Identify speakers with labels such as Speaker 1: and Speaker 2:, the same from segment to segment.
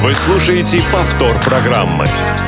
Speaker 1: Вы слушаете повтор программы.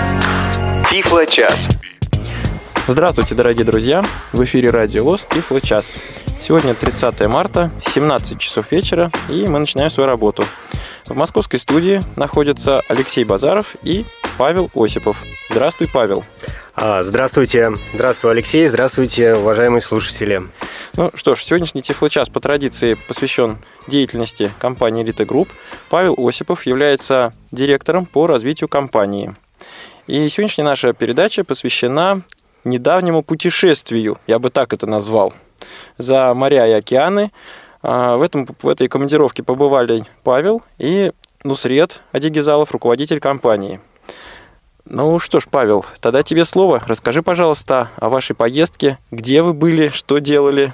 Speaker 2: Тифло-час.
Speaker 3: Здравствуйте, дорогие друзья! В эфире Радио ВОС Тифло-час. Сегодня 30 марта, 17 часов вечера, и мы начинаем свою работу. В московской студии находятся Алексей Базаров и Павел Осипов. Здравствуй, Павел.
Speaker 4: Здравствуйте. Здравствуй, Алексей. Здравствуйте, уважаемые слушатели.
Speaker 3: Ну что ж, сегодняшний Тифло-час по традиции посвящен деятельности компании «Элита Групп». Павел Осипов является директором по развитию компании. И сегодняшняя наша передача посвящена недавнему путешествию, я бы так это назвал, за моря и океаны. В этой командировке побывали Павел и Нусрет Адигизалов, руководитель компании. Ну что ж, Павел, тогда тебе слово. Расскажи, пожалуйста, о вашей поездке, где вы были, что делали.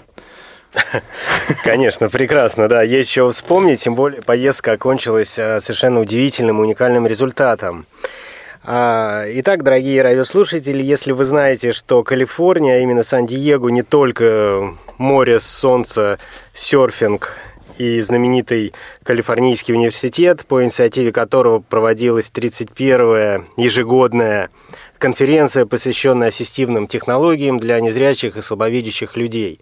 Speaker 4: Конечно, прекрасно, да, есть еще вспомнить, тем более поездка окончилась совершенно удивительным, уникальным результатом. Итак, дорогие радиослушатели, если вы знаете, что Калифорния, а именно Сан-Диего, не только море, солнце, серфинг и знаменитый Калифорнийский университет, по инициативе которого проводилась 31-я ежегодная конференция, посвященная ассистивным технологиям для незрячих и слабовидящих людей.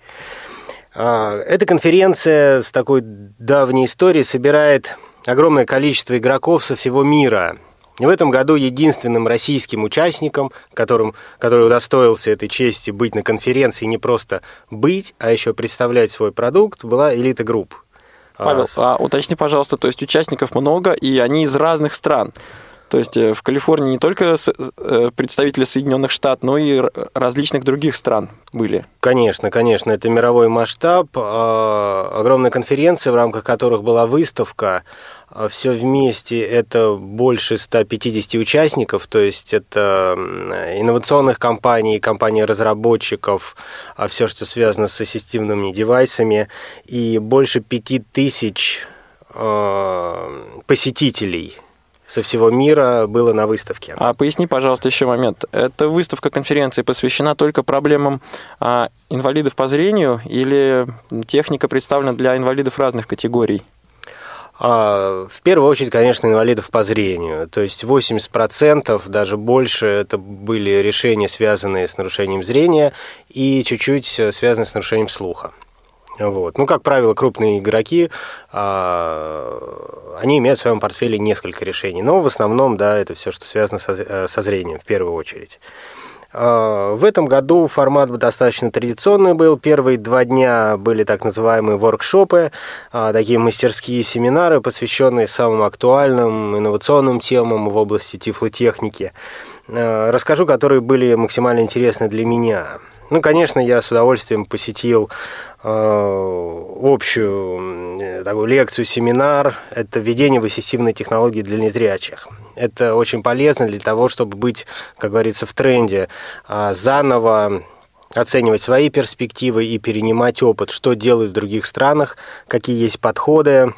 Speaker 4: Эта конференция с такой давней историей собирает огромное количество игроков со всего мира. И в этом году единственным российским участником, который удостоился этой чести быть на конференции, не просто быть, а еще представлять свой продукт, была «Элита Групп».
Speaker 3: Павел, уточни, пожалуйста, то есть участников много, и они из разных стран. То есть в Калифорнии не только представители Соединенных Штатов, но и различных других стран были. Конечно,
Speaker 4: это мировой масштаб, огромная конференция, в рамках которых была выставка. Все вместе это больше 150 участников, то есть это инновационных компаний, компаний разработчиков, все, что связано с ассистивными девайсами, и больше 5000 посетителей со всего мира было на выставке.
Speaker 3: Поясни, пожалуйста, еще момент. Эта выставка конференции посвящена только проблемам инвалидов по зрению или техника представлена для инвалидов разных категорий?
Speaker 4: В первую очередь, конечно, инвалидов по зрению. То есть 80%, даже больше, это были решения, связанные с нарушением зрения и чуть-чуть связанные с нарушением слуха. Вот. Ну, как правило, крупные игроки, они имеют в своем портфеле несколько решений. Но в основном, да, это все, что связано со зрением, в первую очередь. В этом году формат достаточно традиционный был. Первые 2 дня были так называемые воркшопы, такие мастерские семинары, посвященные самым актуальным инновационным темам в области тифлотехники. Расскажу, которые были максимально интересны для меня. Ну, конечно, я с удовольствием посетил общую такую лекцию, семинар. Это введение в ассистивные технологии для незрячих. Это очень полезно для того, чтобы быть, как говорится, в тренде, заново оценивать свои перспективы и перенимать опыт, что делают в других странах, какие есть подходы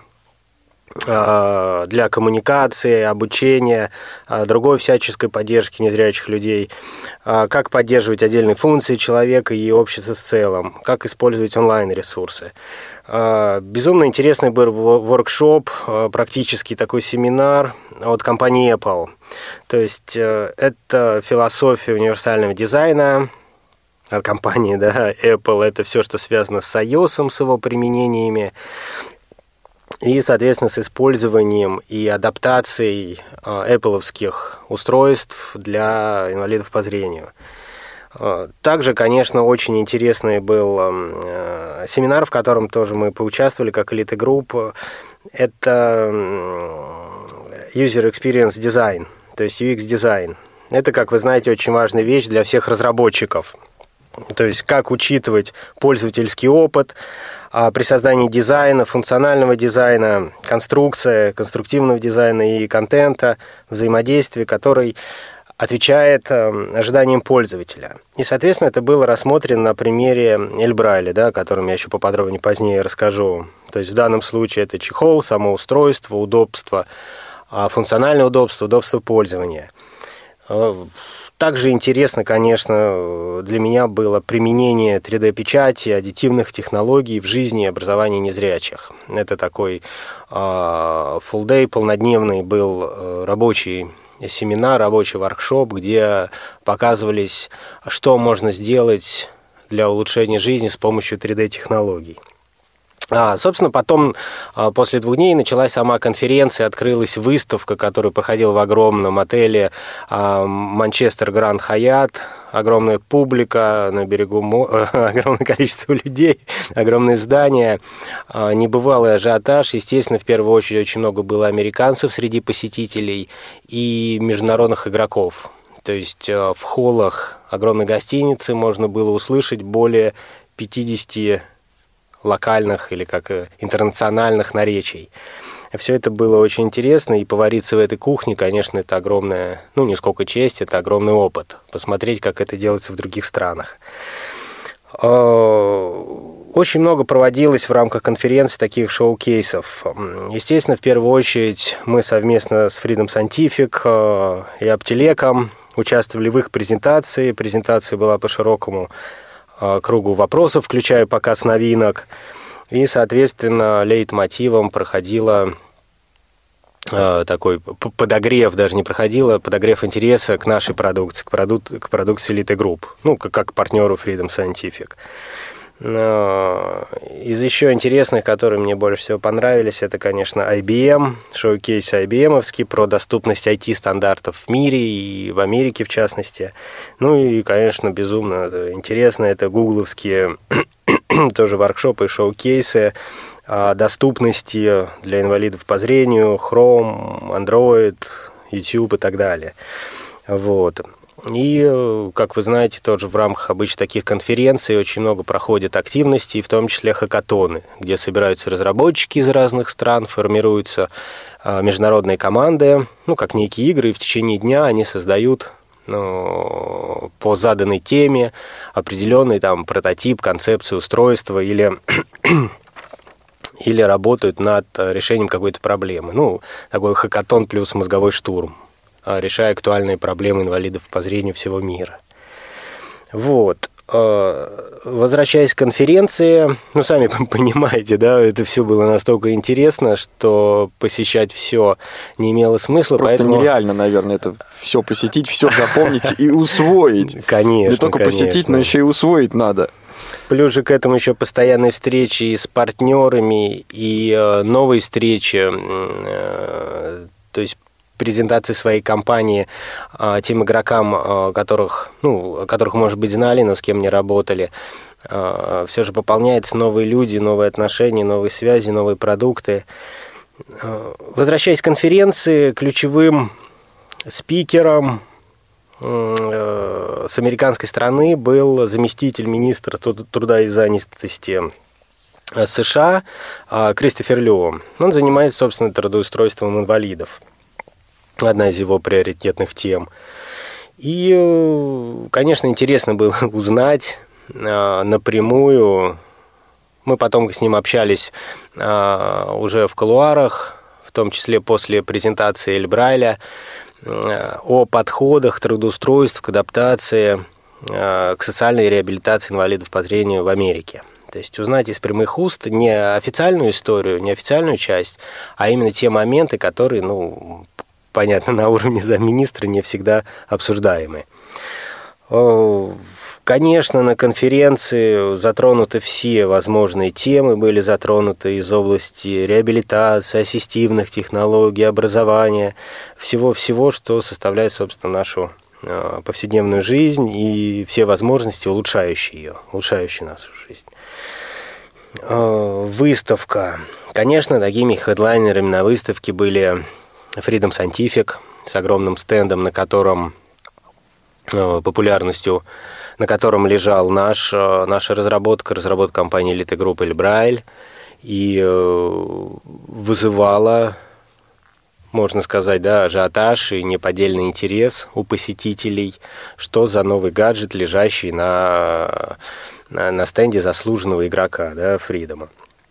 Speaker 4: для коммуникации, обучения, другой всяческой поддержки незрячих людей, как поддерживать отдельные функции человека и общества в целом, как использовать онлайн-ресурсы. Безумно интересный был воркшоп, практически такой семинар от компании Apple. То есть это философия универсального дизайна от компании, да, Apple. Это все, что связано с iOS, с его применениями. И, соответственно, с использованием и адаптацией Apple-овских устройств для инвалидов по зрению. Также, конечно, очень интересный был семинар, в котором тоже мы поучаствовали, как Элита Групп. Это User Experience Design, то есть UX-дизайн. Это, как вы знаете, очень важная вещь для всех разработчиков. То есть, как учитывать пользовательский опыт при создании дизайна, функционального дизайна, конструктивного дизайна и контента, взаимодействия, который отвечает ожиданиям пользователя. И, соответственно, это было рассмотрено на примере Эльбрайля, да, о котором я еще поподробнее позднее расскажу. То есть в данном случае это чехол, само устройство, удобство, функциональное удобство, удобство пользования. Также интересно, конечно, для меня было применение 3D-печати, аддитивных технологий в жизни и образовании незрячих. Это такой full day, полнодневный был рабочий семинар, рабочий воркшоп, где показывались, что можно сделать для улучшения жизни с помощью 3D-технологий. Собственно, потом, после 2 дней, началась сама конференция, открылась выставка, которая проходила в огромном отеле Манчестер Гранд Хаятт. Огромная публика на берегу моря, огромное количество людей, огромное здание, небывалый ажиотаж. Естественно, в первую очередь очень много было американцев среди посетителей и международных игроков. То есть в холлах огромной гостиницы можно было услышать более 50 локальных или как интернациональных наречий. Все это было очень интересно, и повариться в этой кухне, конечно, это огромная, не сколько честь, это огромный опыт. Посмотреть, как это делается в других странах. Очень много проводилось в рамках конференции таких шоу-кейсов. Естественно, в первую очередь мы совместно с Freedom Scientific и Аптелеком участвовали в их презентации. Презентация была по широкому кругу вопросов, включая показ новинок. И, соответственно, лейтмотивом проходила такой подогрев, даже не проходила, подогрев интереса к нашей продукции, к продукции Elite Group, как партнеру Freedom Scientific. Из еще интересных, которые мне больше всего понравились, это, конечно, IBM, шоу-кейс IBM-овский про доступность IT-стандартов в мире и в Америке, в частности. И, конечно, безумно интересно, это гугловские тоже воркшопы и шоу-кейсы о доступности для инвалидов по зрению, Chrome, Android, YouTube и так далее. И, как вы знаете, тоже в рамках обычно таких конференций очень много проходят активностей, в том числе хакатоны, где собираются разработчики из разных стран, формируются международные команды, как некие игры, и в течение дня они создают по заданной теме определенный прототип, концепцию устройства или работают над решением какой-то проблемы. Такой хакатон плюс мозговой штурм, решая актуальные проблемы инвалидов по зрению всего мира. Возвращаясь к конференции, сами понимаете, это все было настолько интересно, что посещать все не имело смысла.
Speaker 3: Просто нереально, наверное, это все посетить, все запомнить и усвоить.
Speaker 4: Конечно.
Speaker 3: Не только посетить, но еще и усвоить надо.
Speaker 4: Плюс же к этому еще постоянные встречи и с партнерами, и новые встречи, то есть презентации своей компании тем игрокам, которых, может быть, знали, но с кем не работали. Все же пополняются новые люди, новые отношения, новые связи, новые продукты. Возвращаясь к конференции, ключевым спикером с американской стороны был заместитель министра труда и занятости США Кристофер Лю. Он занимается, собственно, трудоустройством инвалидов. Одна из его приоритетных тем. И, конечно, интересно было узнать напрямую. Мы потом с ним общались уже в кулуарах, в том числе после презентации Эль Брайля, о подходах трудоустройств к адаптации, к социальной реабилитации инвалидов по зрению в Америке. То есть узнать из прямых уст не официальную историю, не официальную часть, а именно те моменты, которые, понятно, на уровне замминистра не всегда обсуждаемы. Конечно, на конференции затронуты все возможные темы, были затронуты из области реабилитации, ассистивных технологий, образования, всего-всего, что составляет, собственно, нашу повседневную жизнь и все возможности, улучшающие нашу жизнь. Выставка. Конечно, такими хедлайнерами на выставке были Freedom Scientific с огромным стендом, на котором популярностью, на котором лежал наша разработка компании Elite Group Эль Брайль, и вызывала, можно сказать, ажиотаж и неподдельный интерес у посетителей, что за новый гаджет, лежащий на стенде заслуженного игрока, Freedom.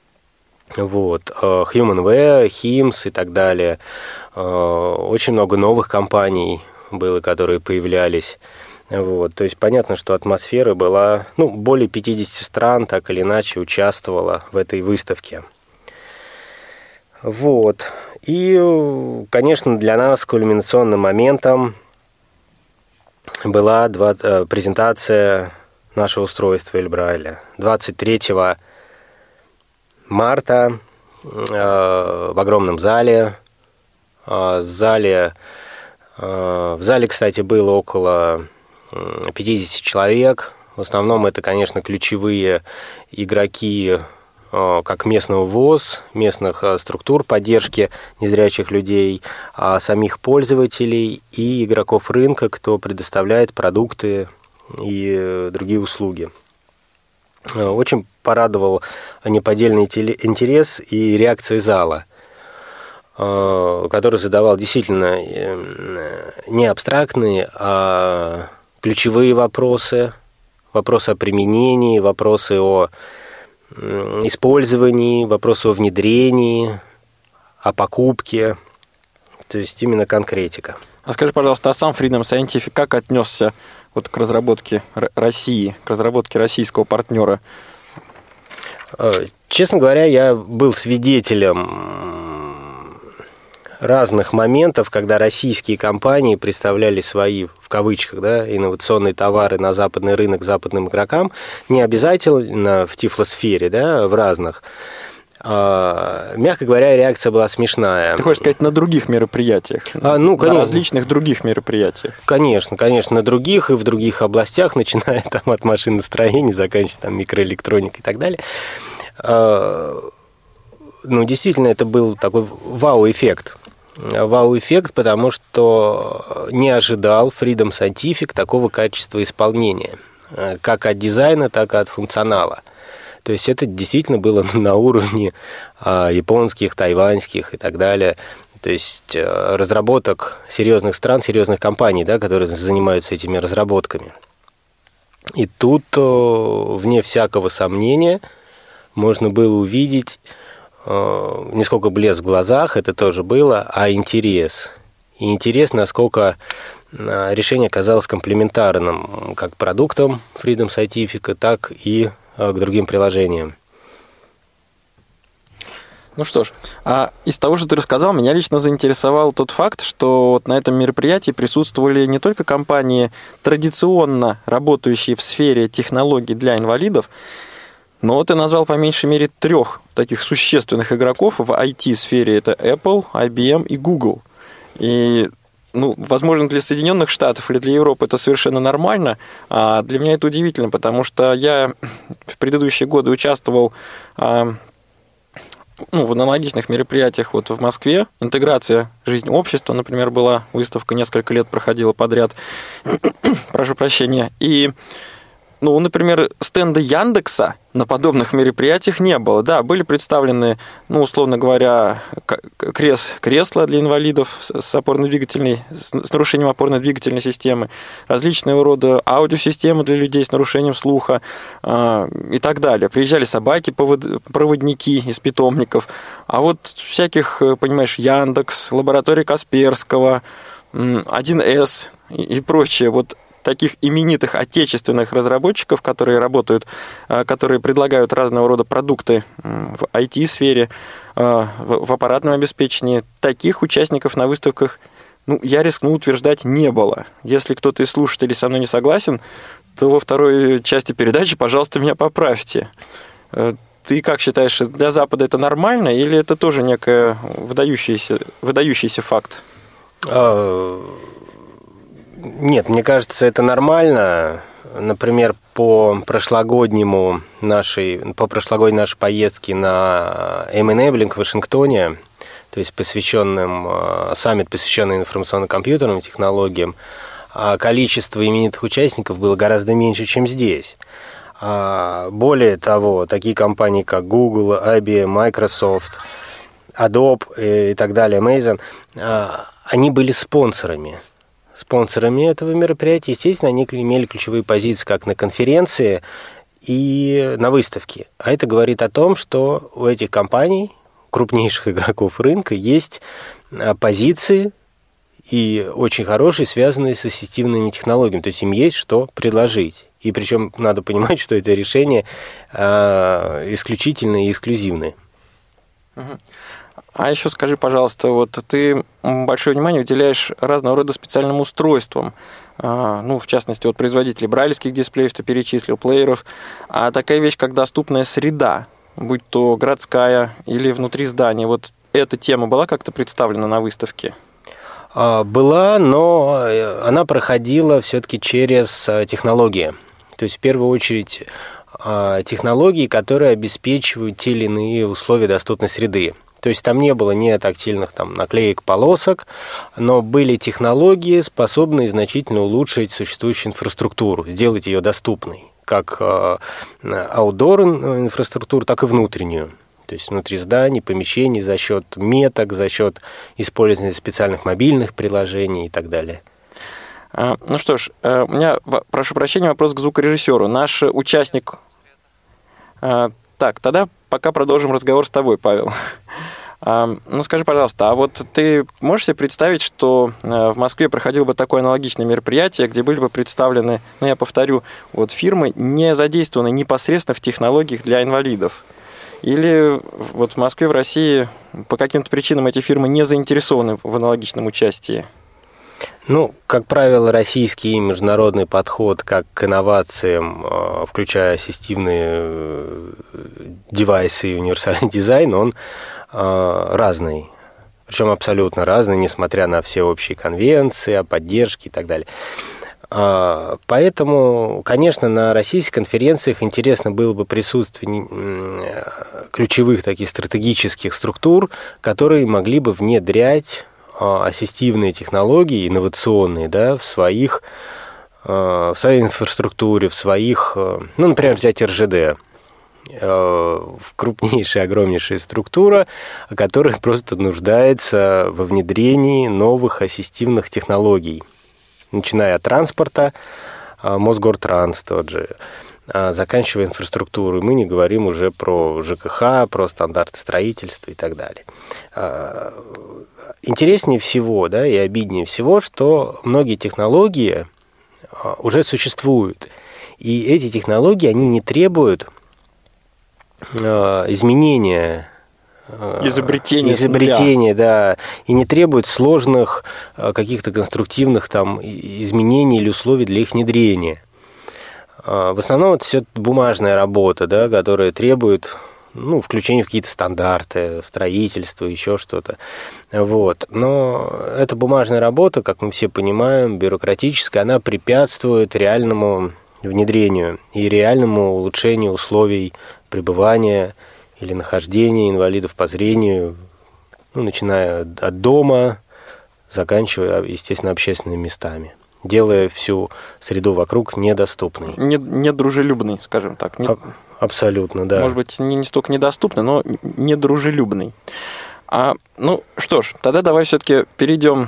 Speaker 4: HumanWare, HIMSS и так далее. Очень много новых компаний было, которые появлялись. То есть понятно, что атмосфера была... более 50 стран так или иначе участвовало в этой выставке. Вот. И, конечно, для нас кульминационным моментом была презентация нашего устройства Эльбрайля. 23 марта в огромном зале. В зале, кстати, было около 50 человек. В основном это, конечно, ключевые игроки как местного ВОС, местных структур поддержки незрячих людей, самих пользователей и игроков рынка, кто предоставляет продукты и другие услуги. Очень порадовал неподдельный интерес и реакции зала, который задавал действительно не абстрактные, а ключевые вопросы о применении, вопросы о использовании, вопросы о внедрении, о покупке, то есть именно конкретика.
Speaker 3: А скажи, пожалуйста, а сам Freedom Scientific как отнесся вот к разработке России, к разработке российского партнера?
Speaker 4: Честно говоря, я был свидетелем разных моментов, когда российские компании представляли свои, в кавычках, инновационные товары на западный рынок западным игрокам, не обязательно в тифлосфере, в разных. Мягко говоря, реакция была смешная.
Speaker 3: Ты хочешь сказать, на других мероприятиях? На различных других мероприятиях? Конечно,
Speaker 4: на других и в других областях, начиная от машиностроения, заканчивая микроэлектроникой и так далее. Действительно, это был такой вау-эффект. Вау-эффект, потому что не ожидал Freedom Scientific такого качества исполнения, как от дизайна, так и от функционала. То есть это действительно было на уровне японских, тайваньских и так далее. То есть разработок серьезных стран, серьезных компаний, которые занимаются этими разработками. И тут, вне всякого сомнения, можно было увидеть не сколько блеск в глазах, это тоже было, а интерес. И интерес, насколько решение оказалось комплементарным как продуктам Freedom Scientific, так и к другим приложениям.
Speaker 3: Ну что ж, из того, что ты рассказал, меня лично заинтересовал тот факт, что вот на этом мероприятии присутствовали не только компании, традиционно работающие в сфере технологий для инвалидов, но ты назвал по меньшей мере 3 таких существенных игроков в IT-сфере. Это Apple, IBM и Google. И, возможно, для Соединенных Штатов или для Европы это совершенно нормально, а для меня это удивительно, потому что я в предыдущие годы участвовал в аналогичных мероприятиях в Москве. Интеграция жизни общества, например, была выставка, несколько лет проходила подряд. Прошу прощения. И например, стенда Яндекса на подобных мероприятиях не было. Да, были представлены, условно говоря, кресла для инвалидов с нарушением опорно-двигательной системы, различного рода аудиосистемы для людей с нарушением слуха и так далее. Приезжали собаки-проводники из питомников. А вот всяких, понимаешь, Яндекс, лаборатория Касперского, 1С и прочее, таких именитых отечественных разработчиков, которые работают, которые предлагают разного рода продукты в IT-сфере, в аппаратном обеспечении, таких участников на выставках, я рискну утверждать, не было. Если кто-то из слушателей со мной не согласен, то во второй части передачи, пожалуйста, меня поправьте. Ты как считаешь, для Запада это нормально или это тоже некий выдающийся факт?
Speaker 4: Нет, мне кажется, это нормально. Например, по прошлогодней нашей поездке на M-Enabling в Вашингтоне, то есть саммит, посвященный информационно-компьютерным технологиям, количество именитых участников было гораздо меньше, чем здесь. Более того, такие компании, как Google, IBM, Microsoft, Adobe и так далее, Amazon, они были спонсорами этого мероприятия. Естественно, они имели ключевые позиции как на конференции и на выставке. А это говорит о том, что у этих компаний, крупнейших игроков рынка, есть позиции и очень хорошие, связанные с ассистивными технологиями. То есть им есть что предложить. И причем надо понимать, что это решение исключительное и эксклюзивное.
Speaker 3: А еще скажи, пожалуйста, вот ты большое внимание уделяешь разного рода специальным устройствам. В частности, вот производителей брайлевских дисплеев ты перечислил, плееров. А такая вещь, как доступная среда, будь то городская или внутри здания, вот эта тема была как-то представлена на выставке?
Speaker 4: Была, но она проходила все-таки через технологии. То есть, в первую очередь, технологии, которые обеспечивают те или иные условия доступной среды. То есть там не было ни тактильных наклеек, полосок, но были технологии, способные значительно улучшить существующую инфраструктуру, сделать ее доступной, как аутдор инфраструктуру, так и внутреннюю. То есть внутри зданий, помещений за счет меток, за счет использования специальных мобильных приложений и так далее.
Speaker 3: Ну что ж, у меня, прошу прощения, вопрос к звукорежиссеру. Наш участник... Так, тогда пока продолжим разговор с тобой, Павел. Скажи, пожалуйста, а вот ты можешь себе представить, что в Москве проходило бы такое аналогичное мероприятие, где были бы представлены, я повторю, вот фирмы, не задействованные непосредственно в технологиях для инвалидов? Или вот в Москве, в России по каким-то причинам эти фирмы не заинтересованы в аналогичном участии?
Speaker 4: Как правило, российский и международный подход как к инновациям, включая ассистивные девайсы и универсальный дизайн, он разный. Причем абсолютно разный, несмотря на все общие конвенции о поддержке и так далее. Поэтому, конечно, на российских конференциях интересно было бы присутствие ключевых таких стратегических структур, которые могли бы внедрять ассистивные технологии, инновационные, в своей инфраструктуре, в своих, например, взять РЖД, крупнейшая, огромнейшая структура, которая просто нуждается во внедрении новых ассистивных технологий, начиная от транспорта, Мосгортранс тот же, заканчивая инфраструктурой. Мы не говорим уже про ЖКХ, про стандарты строительства и так далее. Интереснее всего, и обиднее всего, что многие технологии уже существуют. И эти технологии, они не требуют изменения, изобретения, да, и не требуют сложных каких-то конструктивных изменений или условий для их внедрения. В основном это все бумажная работа, которая требует включение в какие-то стандарты, строительство, еще что-то. Но эта бумажная работа, как мы все понимаем, бюрократическая, она препятствует реальному внедрению и реальному улучшению условий пребывания или нахождения инвалидов по зрению, начиная от дома, заканчивая, естественно, общественными местами, делая всю среду вокруг недоступной.
Speaker 3: Недружелюбной, скажем так.
Speaker 4: Абсолютно, да.
Speaker 3: Может быть, не столько недоступный, но недружелюбный. Что ж, тогда давай все-таки перейдем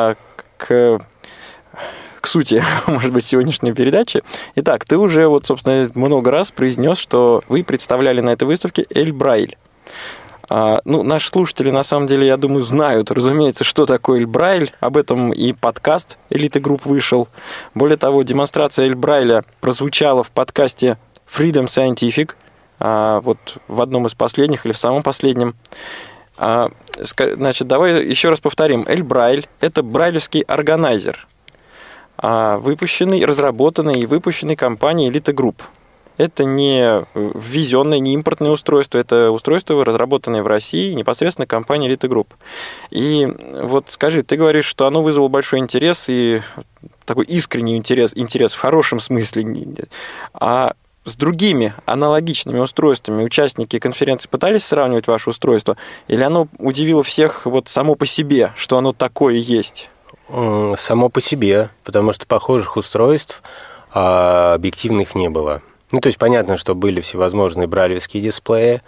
Speaker 3: к сути, может быть, сегодняшней передачи. Итак, ты уже, собственно, много раз произнес, что вы представляли на этой выставке Эль Брайль. Наши слушатели, на самом деле, я думаю, знают, разумеется, что такое Эль Брайль. Об этом и подкаст Elite Group вышел. Более того, демонстрация Эль Брайля прозвучала в подкасте Freedom Scientific, в одном из последних или в самом последнем. Значит, давай еще раз повторим. Эль Брайль – это брайлевский органайзер, разработанный и выпущенный компанией Elite Group. Это не ввезенное, не импортное устройство, это устройство, разработанное в России непосредственно компанией Elite Group. И скажи, ты говоришь, что оно вызвало большой интерес и такой искренний интерес в хорошем смысле. А с другими аналогичными устройствами участники конференции пытались сравнивать ваше устройство? Или оно удивило всех само по себе, что оно такое есть?
Speaker 4: Само по себе, потому что похожих устройств объективных не было. То есть понятно, что были всевозможные брайлевские дисплеи,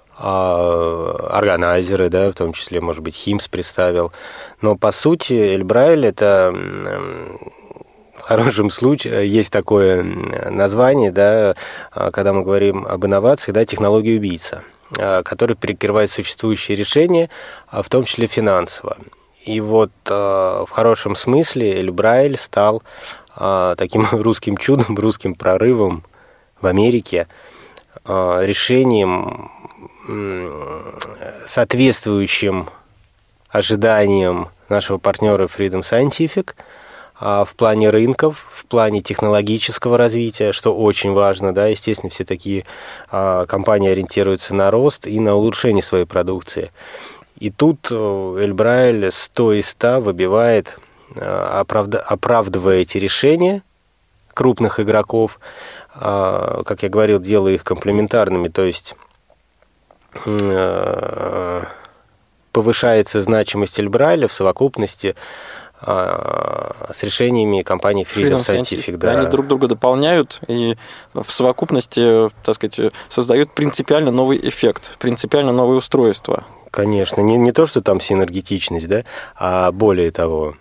Speaker 4: органайзеры, в том числе, может быть, HIMSS представил. Но, по сути, Эль Брайль – это, в хорошем случае, есть такое название, когда мы говорим об инновации, технология убийца, которая перекрывает существующие решения, в том числе финансово. И в хорошем смысле Эль Брайль стал таким русским чудом, русским прорывом в Америке, решением соответствующим ожиданиям нашего партнера Freedom Scientific в плане рынков, в плане технологического развития, что очень важно, да, естественно, все такие компании ориентируются на рост и на улучшение своей продукции. И тут Эльбрайль 100 из 100 выбивает, оправдывая эти решения крупных игроков, как я говорил, делая их комплементарными, то есть повышается значимость Эльбрайля в совокупности с решениями компании Freedom Scientific. Да.
Speaker 3: Они друг друга дополняют и в совокупности, так сказать, создают принципиально новый эффект, принципиально новое устройство.
Speaker 4: Конечно, не то, что там синергетичность, да, а более того.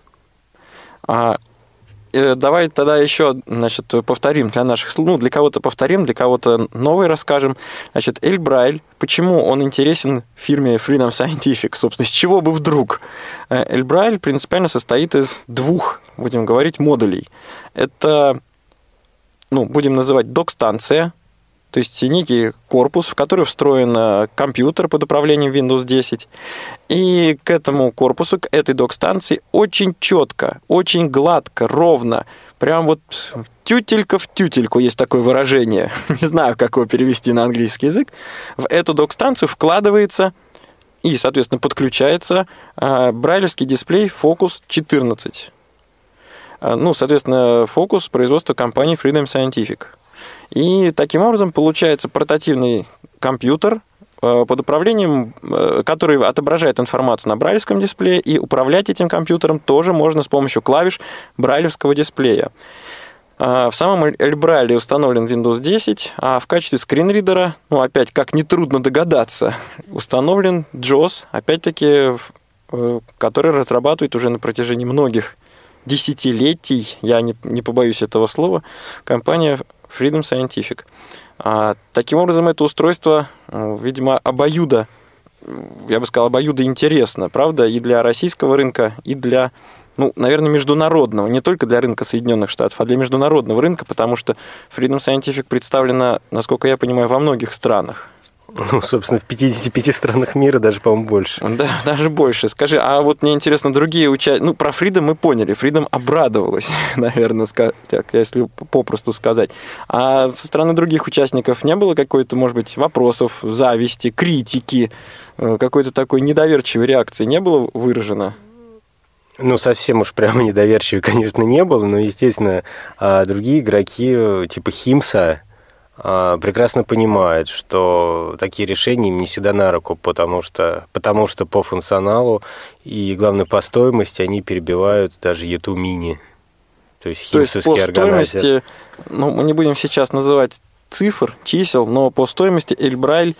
Speaker 3: Давай тогда еще, значит, повторим для наших, для кого-то повторим, для кого-то новый расскажем. Значит, Эльбрайль, почему он интересен фирме Freedom Scientific, собственно, с чего бы вдруг? Эльбрайль принципиально состоит из двух, будем говорить, модулей. Это, будем называть док-станция, то есть некий корпус, в который встроен компьютер под управлением Windows 10. И к этому корпусу, к этой док-станции очень четко, очень гладко, ровно, прям вот тютелька в тютельку, есть такое выражение, не знаю, как его перевести на английский язык, в эту док-станцию вкладывается и, соответственно, подключается брайлевский дисплей Focus 14. Соответственно, Focus производства компании Freedom Scientific. И таким образом получается портативный компьютер под управлением, который отображает информацию на брайлевском дисплее, и управлять этим компьютером тоже можно с помощью клавиш брайлевского дисплея. В самом Эльбрайле установлен Windows 10, а в качестве скринридера, опять, как нетрудно догадаться, установлен JAWS, опять-таки, который разрабатывает уже на протяжении многих десятилетий, я не побоюсь этого слова, компания Freedom Scientific. Таким образом, это устройство, видимо, обоюдо интересно, правда, и для российского рынка, и для, наверное, международного, не только для рынка Соединенных Штатов, а для международного рынка, потому что Freedom Scientific представлена, насколько я понимаю, во многих странах.
Speaker 4: Собственно, в 55 странах мира, даже, по-моему, больше.
Speaker 3: Да, даже больше. Скажи, а вот мне интересно, другие участники... про Freedom мы поняли. Freedom обрадовалась, наверное, так, если попросту сказать. А со стороны других участников не было какой-то, может быть, вопросов, зависти, критики, какой-то такой недоверчивой реакции не было выражено?
Speaker 4: Совсем уж прямо недоверчивой, конечно, не было, но, естественно, другие игроки, типа Химса, прекрасно понимают, что такие решения им не всегда на руку, потому что по функционалу и, главное, по стоимости они перебивают даже YouTube Mini. То есть химсовский органайзер.
Speaker 3: То есть по стоимости, мы не будем сейчас называть цифр, чисел, но по стоимости Эльбрайль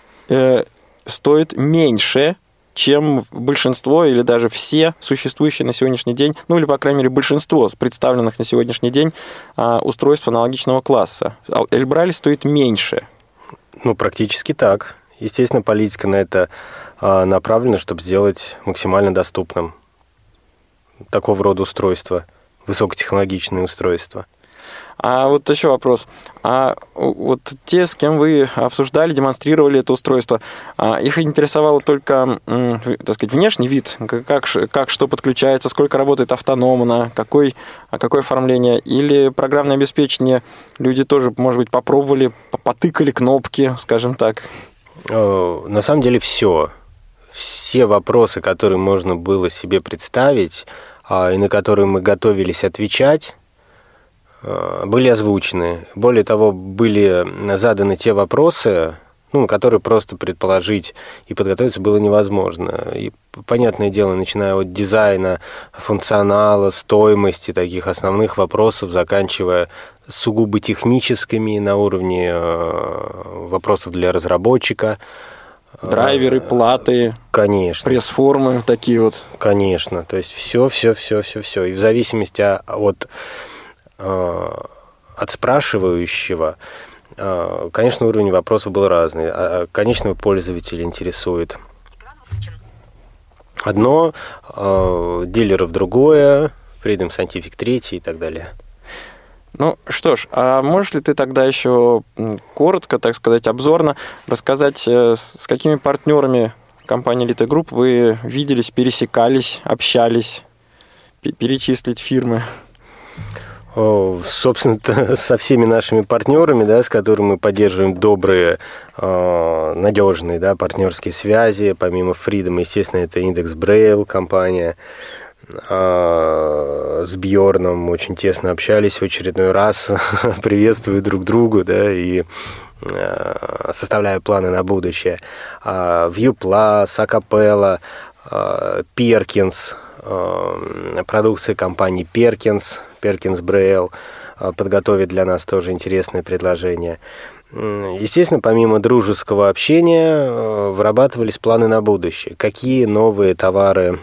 Speaker 3: стоит меньше, чем большинство или даже все существующие на сегодняшний день, или, по крайней мере, большинство представленных на сегодняшний день устройств аналогичного класса. Эльбрайль стоит меньше.
Speaker 4: Практически так. Естественно, политика на это направлена, чтобы сделать максимально доступным такого рода устройства, высокотехнологичные устройства.
Speaker 3: А вот еще вопрос. А вот те, с кем вы обсуждали, демонстрировали это устройство, их интересовало только, так сказать, внешний вид, как что подключается, сколько работает автономно, какое оформление, или программное обеспечение люди тоже, может быть, попробовали, потыкали кнопки, скажем так?
Speaker 4: На самом деле все вопросы, которые можно было себе представить, и на которые мы готовились отвечать, были озвучены. Более того, были заданы те вопросы, которые просто предположить и подготовиться было невозможно. И, понятное дело, начиная от дизайна, функционала, стоимости таких основных вопросов, заканчивая сугубо техническими на уровне вопросов для разработчика.
Speaker 3: Драйверы, платы,
Speaker 4: конечно,
Speaker 3: пресс-формы такие вот.
Speaker 4: Конечно, то есть все. И в зависимости от спрашивающего, конечно, уровень вопросов был разный. Конечного пользователя интересует одно, дилеров другое, Freedom Scientific 3 и так далее.
Speaker 3: Ну что ж, а можешь ли ты тогда еще коротко, так сказать, обзорно рассказать, с какими партнерами компании Elite Group вы виделись, пересекались, общались, перечислить фирмы?
Speaker 4: Собственно, со всеми нашими партнерами, да, с которыми мы поддерживаем добрые, надежные, да, партнерские связи. Помимо Freedom, естественно, это Индекс Braille компания. С Бьорном очень тесно общались в очередной раз, приветствую друг друга, да, и составляю планы на будущее. ViewPlus, Acapella, Perkins, продукция компании Perkins Braille подготовит для нас тоже интересные предложения. Естественно, помимо дружеского общения, вырабатывались планы на будущее. Какие новые товары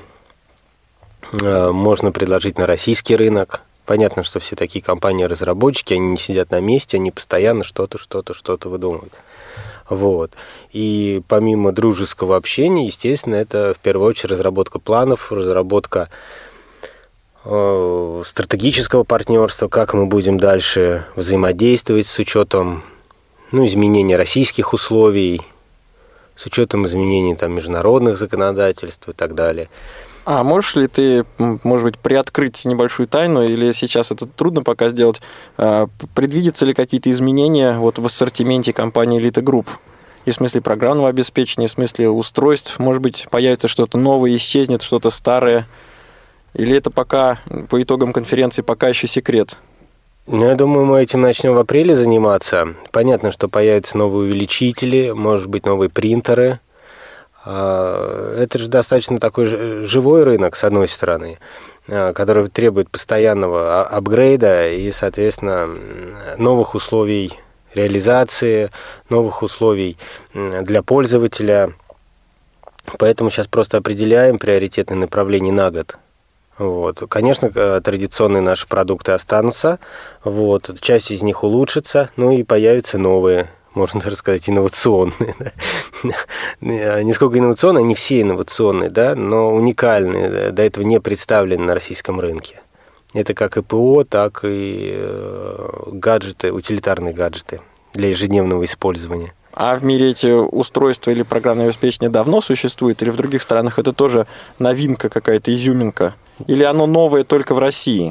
Speaker 4: можно предложить на российский рынок? Понятно, что все такие компании-разработчики, они не сидят на месте, они постоянно что-то выдумывают. Вот. И помимо дружеского общения, естественно, это в первую очередь разработка планов, разработка стратегического партнерства, как мы будем дальше взаимодействовать с учетом изменения российских условий, с учетом изменений международных законодательств и так далее.
Speaker 3: А можешь ли ты, может быть, приоткрыть небольшую тайну, или сейчас это трудно пока сделать, предвидятся ли какие-то изменения в ассортименте компании Elite Group? И в смысле программного обеспечения, в смысле устройств, может быть, появится что-то новое, исчезнет что-то старое? Или это пока, по итогам конференции, пока еще секрет?
Speaker 4: Я думаю, мы этим начнем в апреле заниматься. Понятно, что появятся новые увеличители, может быть, новые принтеры. Это же достаточно такой живой рынок, с одной стороны, который требует постоянного апгрейда и, соответственно, новых условий реализации, новых условий для пользователя. Поэтому сейчас просто определяем приоритетные направления на год. Вот. Конечно, традиционные наши продукты останутся, часть из них улучшится, и появятся новые, можно даже сказать, инновационные. Не сколько инновационные, они все инновационные, да, но уникальные, до этого не представлены на российском рынке. Это как и ПО, так и гаджеты, утилитарные гаджеты для ежедневного использования.
Speaker 3: А в мире эти устройства или программное обеспечение давно существуют, или в других странах это тоже новинка какая-то, изюминка? Или оно новое только в России?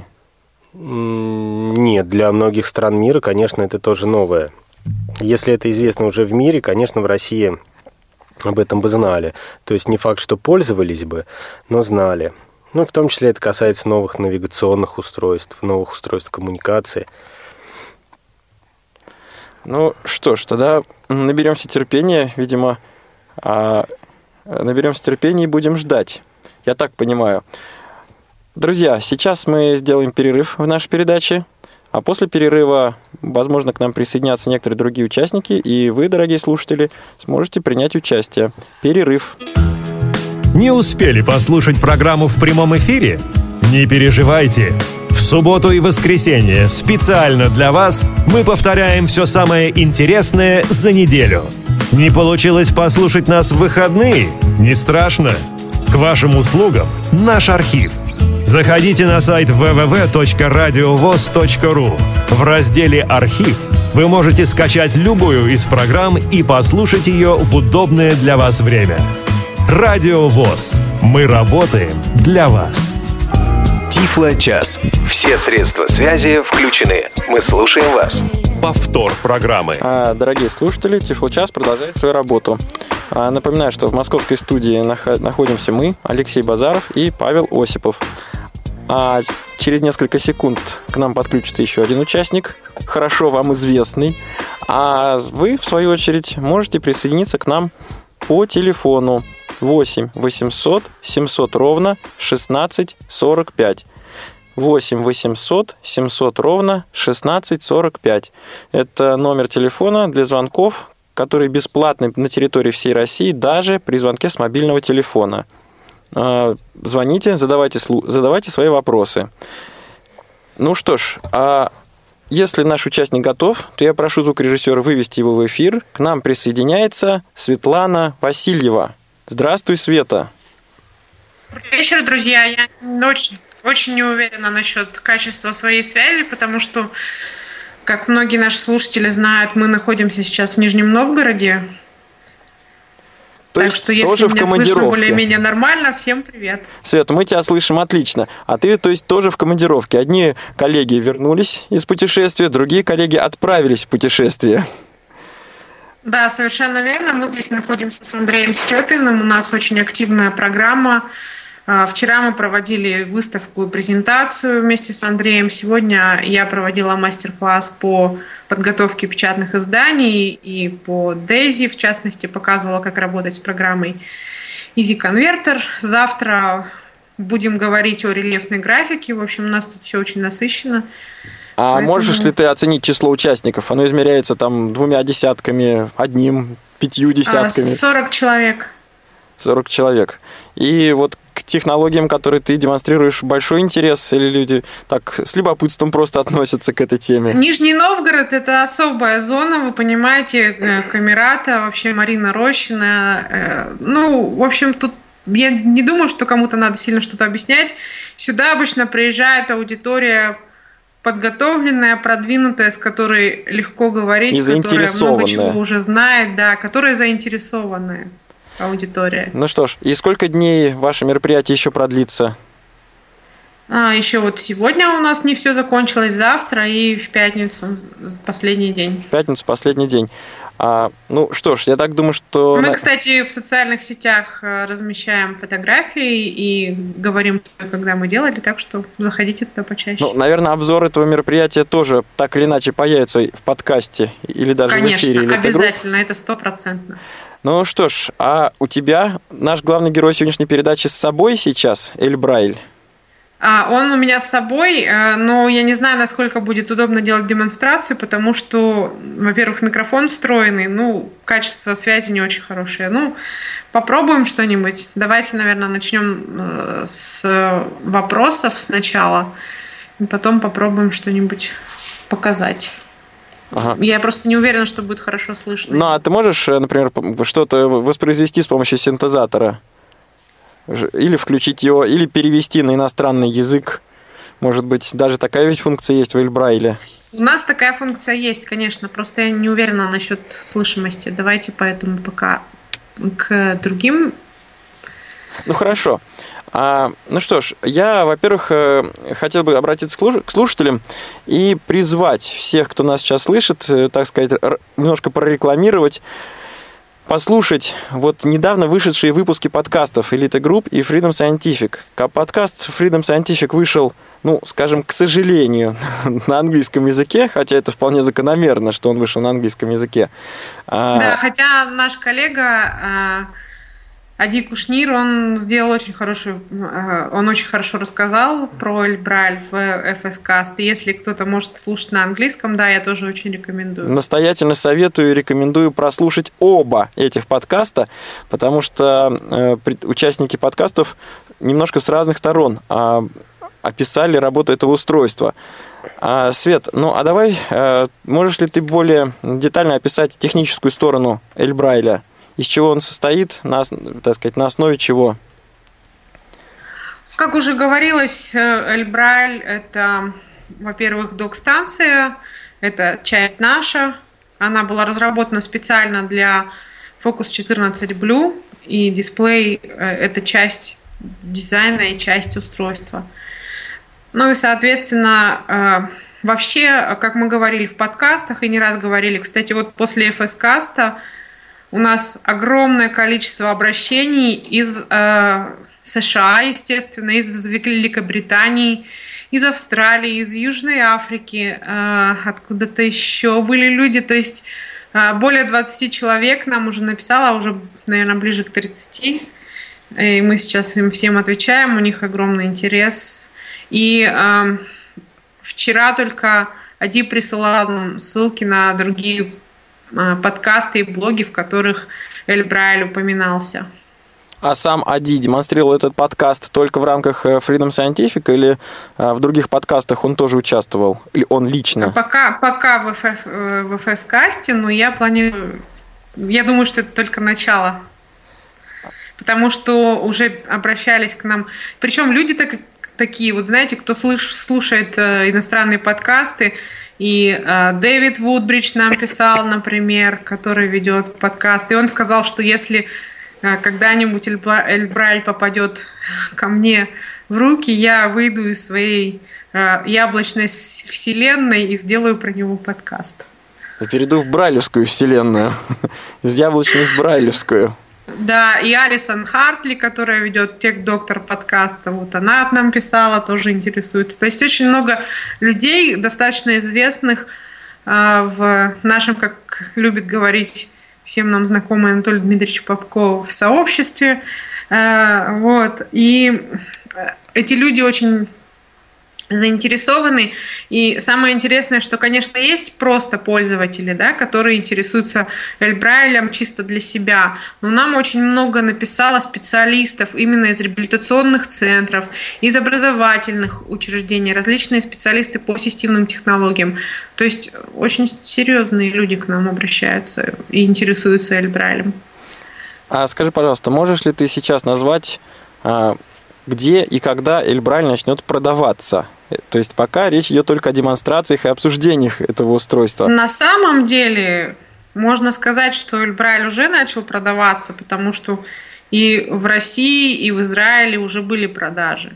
Speaker 4: Нет, для многих стран мира, конечно, это тоже новое. Если это известно уже в мире, конечно, в России об этом бы знали. То есть не факт, что пользовались бы, но знали. В том числе это касается новых навигационных устройств, новых устройств коммуникации.
Speaker 3: Что ж, тогда наберемся терпения, видимо, наберемся терпения и будем ждать. Я так понимаю. Друзья, сейчас мы сделаем перерыв в нашей передаче, а после перерыва, возможно, к нам присоединятся некоторые другие участники, и вы, дорогие слушатели, сможете принять участие. Перерыв.
Speaker 1: Не успели послушать программу в прямом эфире? Не переживайте. В субботу и воскресенье специально для вас мы повторяем все самое интересное за неделю. Не получилось послушать нас в выходные? Не страшно. К вашим услугам наш архив. Заходите на сайт www.radiovoz.ru. В разделе «Архив» вы можете скачать любую из программ и послушать ее в удобное для вас время. Радио ВОС. Мы работаем для вас.
Speaker 2: Тифло-час. Все средства связи включены. Мы слушаем вас.
Speaker 1: Повтор программы.
Speaker 3: Дорогие слушатели, Тифло-час продолжает свою работу. Напоминаю, что в московской студии находимся мы, Алексей Базаров и Павел Осипов. А через несколько секунд к нам подключится еще один участник, хорошо вам известный. А вы, в свою очередь, можете присоединиться к нам по телефону 8 800 700 ровно 16 45. 8 800 700 ровно 16 45. Это номер телефона для звонков, который бесплатный на территории всей России, даже при звонке с мобильного телефона. Звоните, задавайте свои вопросы. Что ж, если наш участник готов, то я прошу звукорежиссера вывести его в эфир. К нам присоединяется Светлана Васильева. Здравствуй, Света.
Speaker 5: Добрый вечер, друзья. Я очень очень не уверена насчет качества своей связи, потому что, как многие наши слушатели знают, мы находимся сейчас в Нижнем Новгороде.
Speaker 3: То
Speaker 5: так
Speaker 3: есть
Speaker 5: что, если
Speaker 3: тоже в
Speaker 5: меня слышно
Speaker 3: командировке.
Speaker 5: более-менее нормально, всем привет.
Speaker 3: Света, мы тебя слышим отлично. А ты, то есть, тоже в командировке. Одни коллеги вернулись из путешествия, другие коллеги отправились в путешествие.
Speaker 5: Да, совершенно верно. Мы здесь находимся с Андреем Степиным. У нас очень активная программа. Вчера мы проводили выставку и презентацию вместе с Андреем. Сегодня я проводила мастер-класс по подготовке печатных изданий и по DAISY, в частности, показывала, как работать с программой Easy Converter. Завтра будем говорить о рельефной графике. В общем, у нас тут все очень насыщенно.
Speaker 3: А
Speaker 5: Поэтому...
Speaker 3: можешь ли ты оценить число участников? Оно измеряется там 2 десятками, 1, 5 десятками?
Speaker 5: 40 человек.
Speaker 3: 40 человек. И вот к технологиям, которые ты демонстрируешь, большой интерес, или люди так с любопытством просто относятся к этой теме?
Speaker 5: Нижний Новгород – это особая зона, вы понимаете, Камерата, вообще Марина Рощина. Ну, в общем, тут я не думаю, что кому-то надо сильно что-то объяснять. Сюда обычно приезжает аудитория подготовленная, продвинутая, с которой легко говорить, которая много чего уже знает, да, которая заинтересованная аудитория.
Speaker 3: Ну что ж, и сколько дней ваше мероприятие еще продлится?
Speaker 5: Еще вот сегодня у нас не все закончилось, завтра и в пятницу последний день.
Speaker 3: В пятницу последний день. Ну что ж, я так думаю, что...
Speaker 5: Мы, кстати, в социальных сетях размещаем фотографии и говорим, когда мы делали, так что заходите туда почаще.
Speaker 3: Ну, наверное, обзор этого мероприятия тоже так или иначе появится в подкасте или даже в эфире.
Speaker 5: Конечно, обязательно, это 100%.
Speaker 3: Ну что ж, а у тебя наш главный герой сегодняшней передачи с собой сейчас, Эль Брайль?
Speaker 5: Он у меня с собой, но я не знаю, насколько будет удобно делать демонстрацию, потому что, во-первых, микрофон встроенный, качество связи не очень хорошее. Попробуем что-нибудь. Давайте, наверное, начнем с вопросов сначала, и потом попробуем что-нибудь показать.
Speaker 3: Ага.
Speaker 5: Я просто не уверена, что будет хорошо слышно.
Speaker 3: Ну, а ты можешь, например, что-то воспроизвести с помощью синтезатора? Или включить его, или перевести на иностранный язык. Может быть, даже такая ведь функция есть в Эль Брайле.
Speaker 5: У нас такая функция есть, конечно. Просто я не уверена насчет слышимости. Давайте поэтому пока к другим.
Speaker 3: Ну, хорошо. Ну что ж, я, во-первых, хотел бы обратиться к слушателям и призвать всех, кто нас сейчас слышит, так сказать, немножко прорекламировать, послушать вот недавно вышедшие выпуски подкастов Elite Group и Freedom Scientific. Подкаст Freedom Scientific вышел, скажем, к сожалению, на английском языке, хотя это вполне закономерно, что он вышел на английском языке.
Speaker 5: Да, хотя наш коллега Ади Кушнир, он очень хорошо рассказал про Эль Брайль в FS-Cast. И если кто-то может слушать на английском, да, я тоже очень рекомендую.
Speaker 3: Настоятельно советую и рекомендую прослушать оба этих подкаста, потому что участники подкастов немножко с разных сторон описали работу этого устройства. Свет, давай, можешь ли ты более детально описать техническую сторону Эль Брайля? Из чего он состоит, на основе чего?
Speaker 5: Как уже говорилось, Эль Брайль – это, во-первых, док-станция, это часть наша. Она была разработана специально для Focus 14 Blue, и дисплей – это часть дизайна и часть устройства. И, соответственно, вообще, как мы говорили в подкастах и не раз говорили, кстати, вот после FS-Cast у нас огромное количество обращений из США, естественно, из Великобритании, из Австралии, из Южной Африки, откуда-то еще были люди. То есть более 20 человек нам уже написало, уже, наверное, ближе к 30. И мы сейчас им всем отвечаем, у них огромный интерес. И вчера только Ади присылал нам ссылки на другие подкасты и блоги, в которых Эль Брайль упоминался.
Speaker 3: А сам Ади демонстрировал этот подкаст только в рамках Freedom Scientific или в других подкастах он тоже участвовал? Или он лично?
Speaker 5: Пока в FS-касте, но я думаю, что это только начало. Потому что уже обращались к нам. Причем люди-то такие вот, знаете, кто слушает иностранные подкасты, и Дэвид Вудбридж нам писал, например, который ведет подкаст, и он сказал, что если когда-нибудь Эльбраль попадет ко мне в руки, я выйду из своей яблочной вселенной и сделаю про него подкаст.
Speaker 3: Я перейду в брайлевскую вселенную, из яблочной в брайлевскую.
Speaker 5: Да, и Алисон Хартли, которая ведет Тех-доктор подкаста, вот она нам писала, тоже интересуется. То есть очень много людей, достаточно известных в нашем, как любит говорить всем нам знакомый Анатолий Дмитриевич Попков, в сообществе. Вот. И эти люди очень заинтересованы. И самое интересное, что, конечно, есть просто пользователи, да, которые интересуются Эльбрайлем чисто для себя. Но нам очень много написало специалистов именно из реабилитационных центров, из образовательных учреждений, различные специалисты по системным технологиям. То есть очень серьезные люди к нам обращаются и интересуются Эльбрайлем.
Speaker 3: А скажи, пожалуйста, можешь ли ты сейчас назвать, где и когда Эльбраль начнет продаваться? То есть пока речь идет только о демонстрациях и обсуждениях этого устройства.
Speaker 5: На самом деле можно сказать, что Эльбраль уже начал продаваться, потому что и в России, и в Израиле уже были продажи.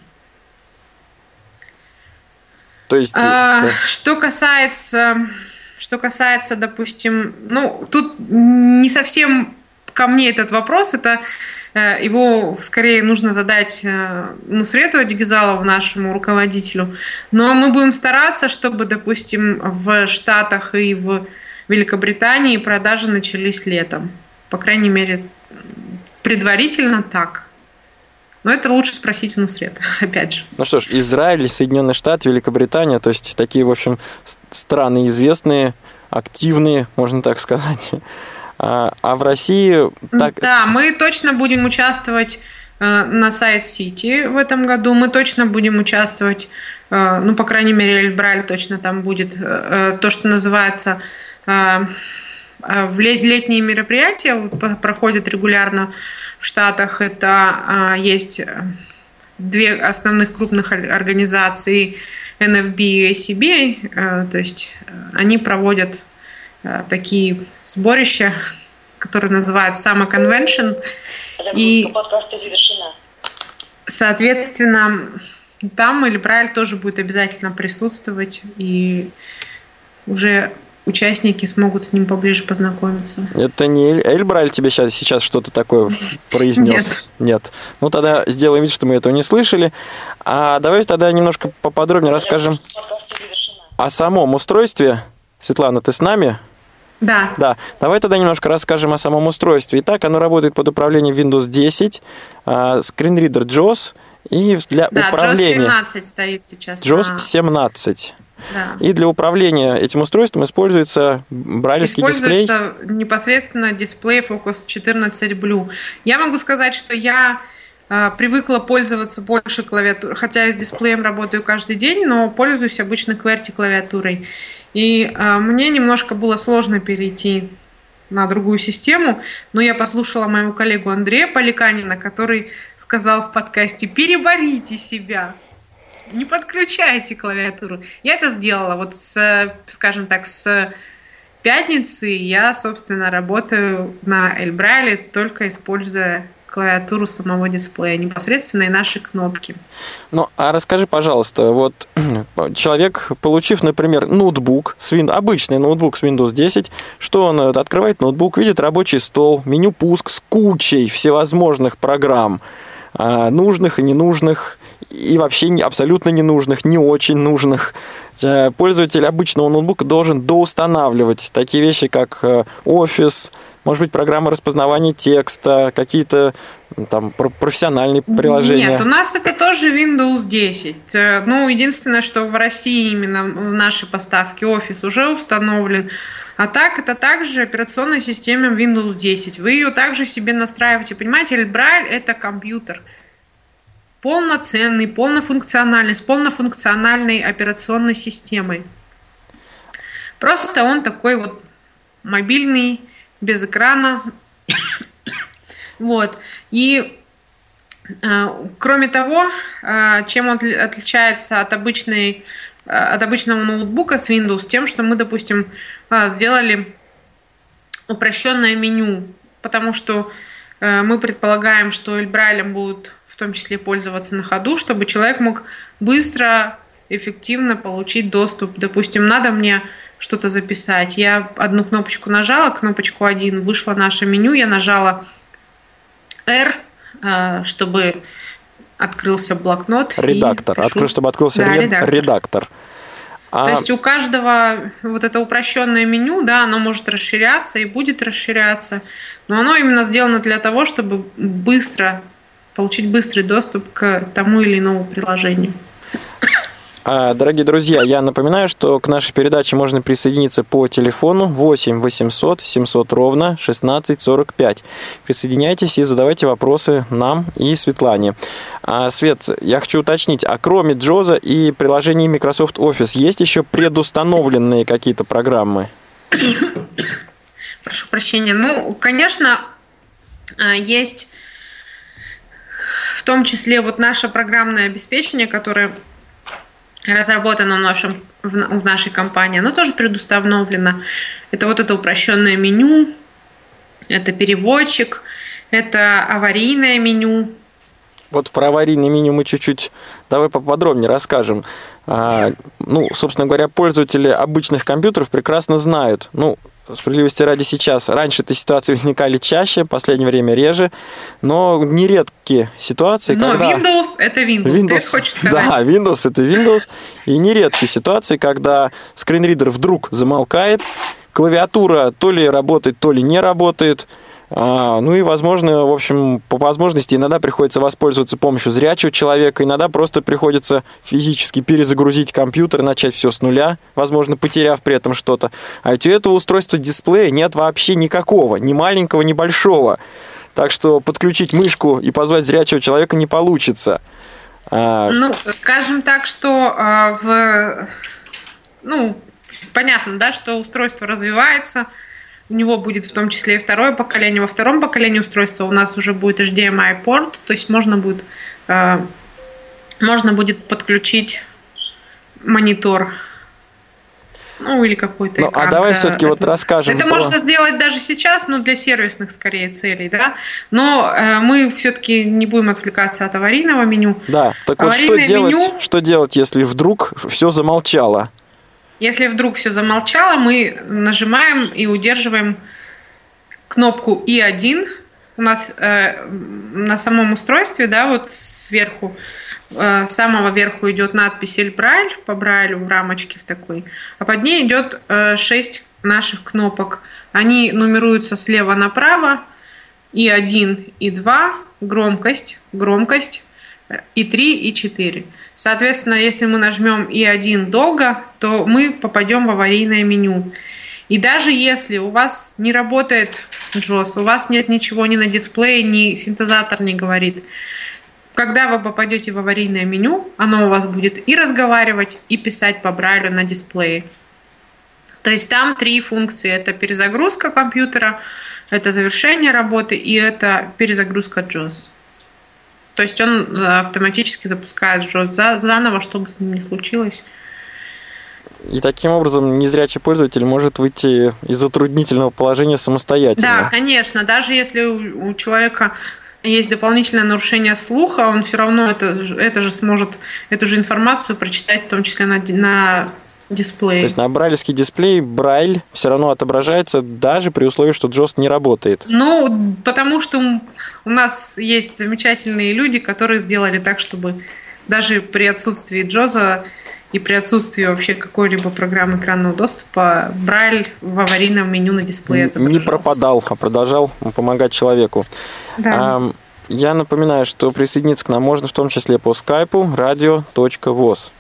Speaker 3: То есть,
Speaker 5: что касается, допустим, тут не совсем ко мне этот вопрос, это его скорее нужно задать Нусрету Адигизалову, нашему руководителю. Но мы будем стараться, чтобы, допустим, в Штатах и в Великобритании продажи начались летом. По крайней мере, предварительно так. Но это лучше спросить у Нусрета, опять же.
Speaker 3: Ну что ж, Израиль, Соединенные Штаты, Великобритания, то есть такие, в общем, страны известные, активные, можно так сказать. А в России...
Speaker 5: Да, мы точно будем участвовать на Site City в этом году. Мы точно будем участвовать, по крайней мере, Эльбраль точно там будет. То, что называется летние мероприятия, проходят регулярно в Штатах. Это есть две основных крупных организации, NFB и ACB. То есть они проводят такие сборища, которые называют Summer Convention. И, соответственно, там Эльбраль тоже будет обязательно присутствовать, и уже участники смогут с ним поближе познакомиться.
Speaker 3: Это не Эльбраль тебе сейчас что-то такое произнес? Нет. Ну, тогда сделаем вид, что мы этого не слышали. А давай тогда немножко поподробнее расскажем о самом устройстве. Светлана, ты с нами?
Speaker 5: Да.
Speaker 3: Да. Давай тогда немножко расскажем о самом устройстве. Итак, оно работает под управлением Windows 10, скринридер JAWS и для управления...
Speaker 5: JAWS 17 стоит сейчас.
Speaker 3: JAWS 17.
Speaker 5: Да.
Speaker 3: И для управления этим устройством используется брайлевский дисплей.
Speaker 5: Используется непосредственно дисплей Focus 14 Blue. Я могу сказать, что я привыкла пользоваться больше клавиатурой, хотя я с дисплеем работаю каждый день, но пользуюсь обычно QWERTY клавиатурой. И мне немножко было сложно перейти на другую систему, но я послушала моего коллегу Андрея Поликанина, который сказал в подкасте: переборите себя, не подключайте клавиатуру. Я это сделала. Вот скажем так, с пятницы я, собственно, работаю на Эльбрайле, только используя клавиатуру самого дисплея, непосредственно и наши кнопки.
Speaker 3: Ну, а расскажи, пожалуйста, вот человек, получив, например, ноутбук, обычный ноутбук с Windows 10, что он открывает ноутбук, видит рабочий стол, меню пуск с кучей всевозможных программ, нужных и ненужных, и вообще абсолютно ненужных, не очень нужных. Пользователь обычного ноутбука должен доустанавливать такие вещи, как Office, может быть, программы распознавания текста, какие-то там профессиональные приложения.
Speaker 5: Нет, у нас это тоже Windows 10. Ну, единственное, что в России именно в нашей поставке Office уже установлен. А так, это также операционная система Windows 10. Вы ее также себе настраиваете. Понимаете, Эльбраль – это компьютер. Полноценный, полнофункциональный, с полнофункциональной операционной системой. Просто он такой вот мобильный, без экрана. Вот. И Кроме того, чем он отличается от обычного ноутбука с Windows, тем, что мы, допустим, сделали упрощенное меню, потому что мы предполагаем, что Эльбрайлем будут в том числе пользоваться на ходу, чтобы человек мог быстро, эффективно получить доступ. Допустим, надо мне что-то записать. Я одну кнопочку нажала, кнопочку 1, вышло наше меню, я нажала R, чтобы открылся блокнот.
Speaker 3: Редактор. Чтобы открылся редактор.
Speaker 5: То есть у каждого вот это упрощенное меню, да, оно может расширяться и будет расширяться, но оно именно сделано для того, чтобы получить быстрый доступ к тому или иному приложению.
Speaker 3: Дорогие друзья, я напоминаю, что к нашей передаче можно присоединиться по телефону 8 800 700 ровно 1645. Присоединяйтесь и задавайте вопросы нам и Светлане. Свет, я хочу уточнить, кроме JAWS и приложений Microsoft Office, есть еще предустановленные какие-то программы?
Speaker 5: Прошу прощения. Конечно, есть в том числе вот наше программное обеспечение, которое разработано в нашей компании, оно тоже предустановлено. Это вот это упрощенное меню, это переводчик, это аварийное меню.
Speaker 3: Вот про аварийное меню мы чуть-чуть давай поподробнее расскажем. Собственно говоря, пользователи обычных компьютеров прекрасно знают. Справедливости ради сейчас. Раньше эти ситуации возникали чаще, в последнее время реже, но нередкие ситуации, когда...
Speaker 5: Windows – это Windows, ты хочешь сказать?
Speaker 3: Да, Windows – это Windows. И нередкие ситуации, когда скринридер вдруг замолкает, клавиатура то ли работает, то ли не работает. И, возможно, в общем, по возможности иногда приходится воспользоваться помощью зрячего человека, иногда просто приходится физически перезагрузить компьютер, начать все с нуля, возможно, потеряв при этом что-то. А ведь у этого устройства дисплея нет вообще никакого, ни маленького, ни большого. Так что подключить мышку и позвать зрячего человека не получится.
Speaker 5: Скажем так, что понятно, да, что устройство развивается. У него будет в том числе и второе поколение. Во втором поколении устройства у нас уже будет HDMI-порт, то есть можно будет подключить монитор. Или какой-то экран.
Speaker 3: Давай все-таки расскажем.
Speaker 5: Это можно сделать даже сейчас, для сервисных, скорее, целей, да. Но мы все-таки не будем отвлекаться от аварийного меню.
Speaker 3: Да, так вот что делать, если вдруг все замолчало?
Speaker 5: Если вдруг все замолчало, мы нажимаем и удерживаем кнопку И1. У нас на самом устройстве, да, вот сверху, с самого верху идет надпись Эльбрайль по Брайлю в рамочке в такой, а под ней идет 6 наших кнопок. Они нумеруются слева направо. И1, И2, громкость, И3, И4. Соответственно, если мы нажмем И1 долго, то мы попадем в аварийное меню. И даже если у вас не работает JAWS, у вас нет ничего ни на дисплее, ни синтезатор не говорит, когда вы попадете в аварийное меню, оно у вас будет и разговаривать, и писать по Брайлю на дисплее. То есть там 3 функции. Это перезагрузка компьютера, это завершение работы и это перезагрузка JAWS. То есть он автоматически запускает JAWS заново, что бы с ним ни случилось.
Speaker 3: И таким образом незрячий пользователь может выйти из затруднительного положения самостоятельно.
Speaker 5: Да, конечно. Даже если у человека есть дополнительное нарушение слуха, он все равно это же сможет эту же информацию прочитать, в том числе на дисплее.
Speaker 3: То есть на брайлевский дисплей Брайль все равно отображается даже при условии, что JAWS не работает.
Speaker 5: Потому что у нас есть замечательные люди, которые сделали так, чтобы даже при отсутствии JAWS и при отсутствии вообще какой-либо программы экранного доступа Брайль в аварийном меню на дисплее отображался. Не
Speaker 3: пропадал, а продолжал помогать человеку.
Speaker 5: Да.
Speaker 3: Я напоминаю, что присоединиться к нам можно в том числе по скайпу radio.voz.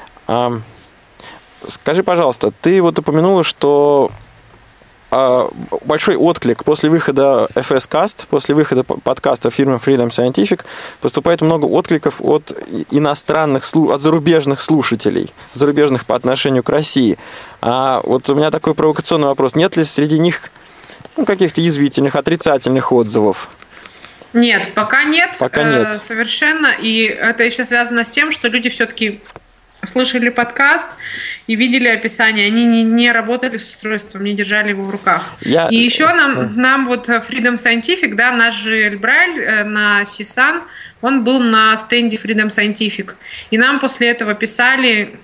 Speaker 3: Скажи, пожалуйста, ты упомянула, что большой отклик после выхода FS-Cast, после выхода подкаста фирмы Freedom Scientific, поступает много откликов от от зарубежных слушателей, зарубежных по отношению к России. У меня такой провокационный вопрос. Нет ли среди них каких-то язвительных, отрицательных отзывов?
Speaker 5: Нет, пока нет.
Speaker 3: Пока нет.
Speaker 5: Совершенно. И это еще связано с тем, что люди все-таки слышали подкаст и видели описание. Они не работали с устройством, не держали его в руках. И еще нам вот Freedom Scientific, да, наш же Эльбрайль на CSUN, он был на стенде Freedom Scientific. И нам после этого писали,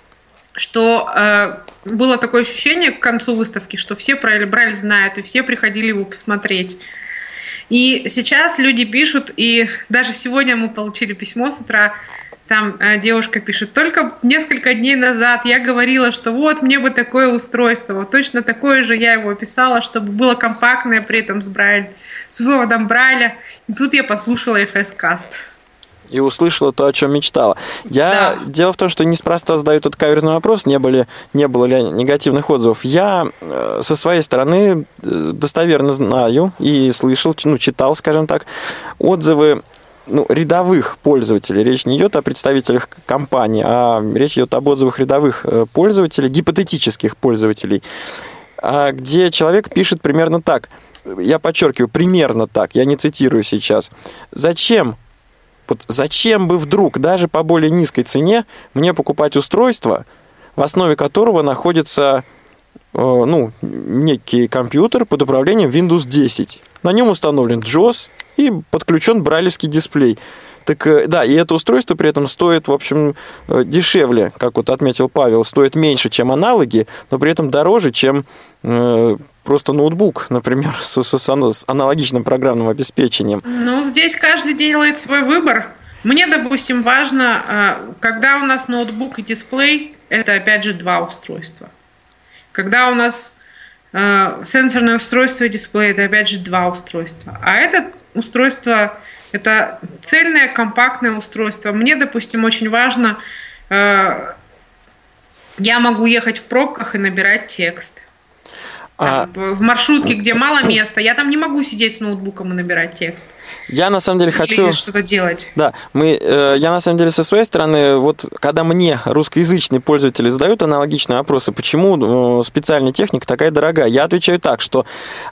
Speaker 5: что было такое ощущение к концу выставки, что все про Эльбрайль знают, и все приходили его посмотреть. И сейчас люди пишут, и даже сегодня мы получили письмо с утра, там девушка пишет: только несколько дней назад я говорила, что вот мне бы такое устройство, вот точно такое же я его описала, чтобы было компактное, при этом с выводом Брайля. И тут я послушала FS-Cast.
Speaker 3: И услышала то, о чем мечтала. Дело в том, что неспроста задаю этот каверзный вопрос, не было ли негативных отзывов. Я со своей стороны достоверно знаю и слышал, читал, скажем так, отзывы рядовых пользователей. Речь не идет о представителях компании, а речь идет об отзывах рядовых пользователей, гипотетических пользователей, где человек пишет примерно так. Я подчеркиваю, примерно так, я не цитирую сейчас. Зачем бы вдруг, даже по более низкой цене, мне покупать устройство, в основе которого находится некий компьютер под управлением Windows 10. На нем установлен JAWS и подключен брайлевский дисплей. Так да, и это устройство при этом стоит, в общем, дешевле, как вот отметил Павел, стоит меньше, чем аналоги, но при этом дороже, чем просто ноутбук, например, с аналогичным программным обеспечением.
Speaker 5: Здесь каждый делает свой выбор. Мне, допустим, важно, когда у нас ноутбук и дисплей, это опять же два устройства. Когда у нас сенсорное устройство и дисплей, это опять же два устройства. А это устройство, это цельное компактное устройство. Мне, допустим, очень важно, я могу ехать в пробках и набирать текст. В маршрутке, где мало места, я там не могу сидеть с ноутбуком и набирать текст.
Speaker 3: Я на самом деле хочу...
Speaker 5: Или что-то делать.
Speaker 3: Да, я на самом деле со своей стороны, вот когда мне русскоязычные пользователи задают аналогичные вопросы, почему специальная техника такая дорогая, я отвечаю так, что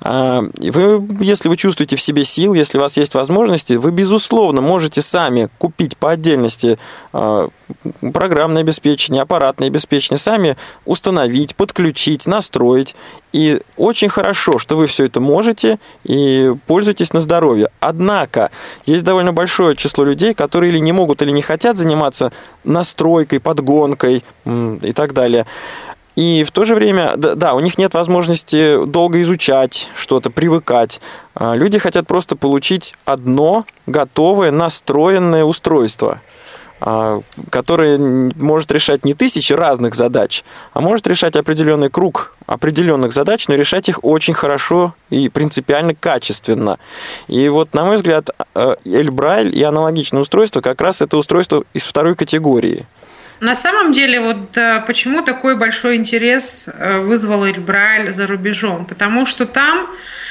Speaker 3: если вы чувствуете в себе сил, если у вас есть возможности, вы, безусловно, можете сами купить по отдельности программное обеспечение, аппаратное обеспечение, сами установить, подключить, настроить. И очень хорошо, что вы все это можете и пользуетесь на здоровье. Однако, есть довольно большое число людей, которые или не могут, или не хотят заниматься настройкой, подгонкой и так далее. И в то же время, да, у них нет возможности долго изучать что-то, привыкать. Люди хотят просто получить одно готовое, настроенное устройство, который может решать не тысячи разных задач, а может решать определенный круг определенных задач, но решать их очень хорошо и принципиально качественно. И вот, на мой взгляд, Эльбрайль и аналогичное устройство как раз это устройство из второй категории.
Speaker 5: На самом деле, вот почему такой большой интерес вызвал Эльбрайль за рубежом? Потому что там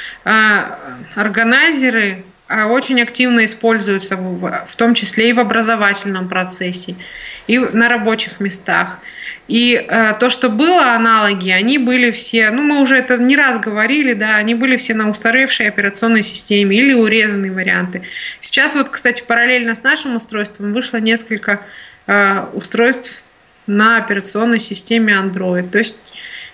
Speaker 5: органайзеры очень активно используются, в том числе и в образовательном процессе, и на рабочих местах. И то, что было аналоги, они были все, мы уже это не раз говорили, да, они были все на устаревшей операционной системе или урезанные варианты. Сейчас вот, кстати, параллельно с нашим устройством вышло несколько устройств на операционной системе Android. То есть